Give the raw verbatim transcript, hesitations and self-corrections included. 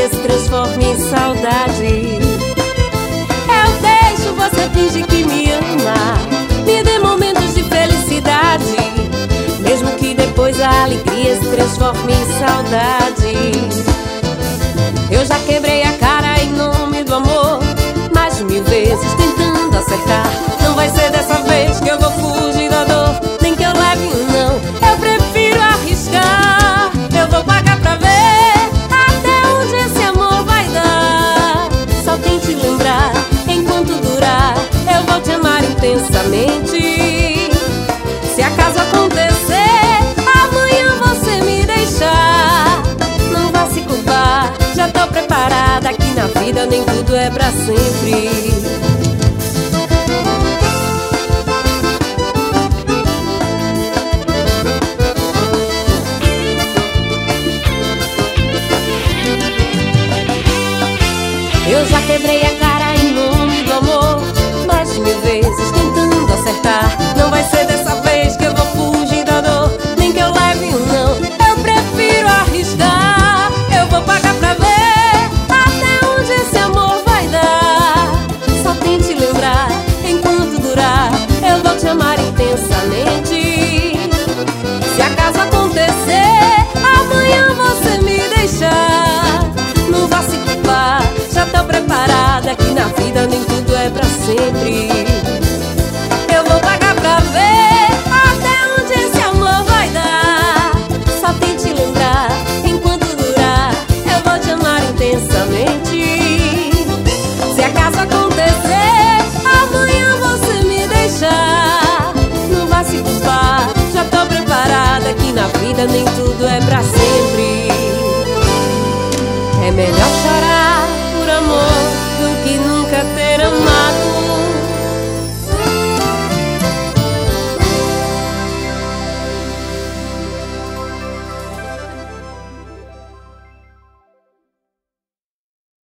alegria se transforme em saudade. Eu deixo você fingir que me ama, me dê momentos de felicidade, mesmo que depois a alegria se transforme em saudade. Eu já quebrei a cara em nome do amor, mais de mil vezes tentando acertar. Não vai ser dessa vez que eu vou fugir da dor, nem que eu leve um não. Eu prefiro arriscar, eu vou pagar pra ver até onde esse amor vai dar. Só tente lembrar, enquanto durar, eu vou te amar intensamente. Se acaso acontecer, amanhã você me deixar, não vá se culpar, já tô preparada. Aqui na vida nem tudo é pra sempre. Eu já quebrei a cara em nome do amor, mais de mil vezes tentando acertar. Não vai ser dessa vez que eu vou fugir da dor, nem que eu leve um não. Eu prefiro arriscar, eu vou pagar pra ver até onde esse amor vai dar. Só tente lembrar, enquanto durar, eu vou te amar intensamente. Se acaso acontecer, amanhã você me deixar, não vá se culpar, já tô preparada. Aqui na vida nem tudo é pra sempre. Eu vou pagar pra ver até onde esse amor vai dar. Só tente lembrar, enquanto durar, eu vou te amar intensamente. Se acaso acontecer, amanhã você me deixar, não vá se culpar, já tô preparada. Aqui na vida nem tudo é pra sempre. É melhor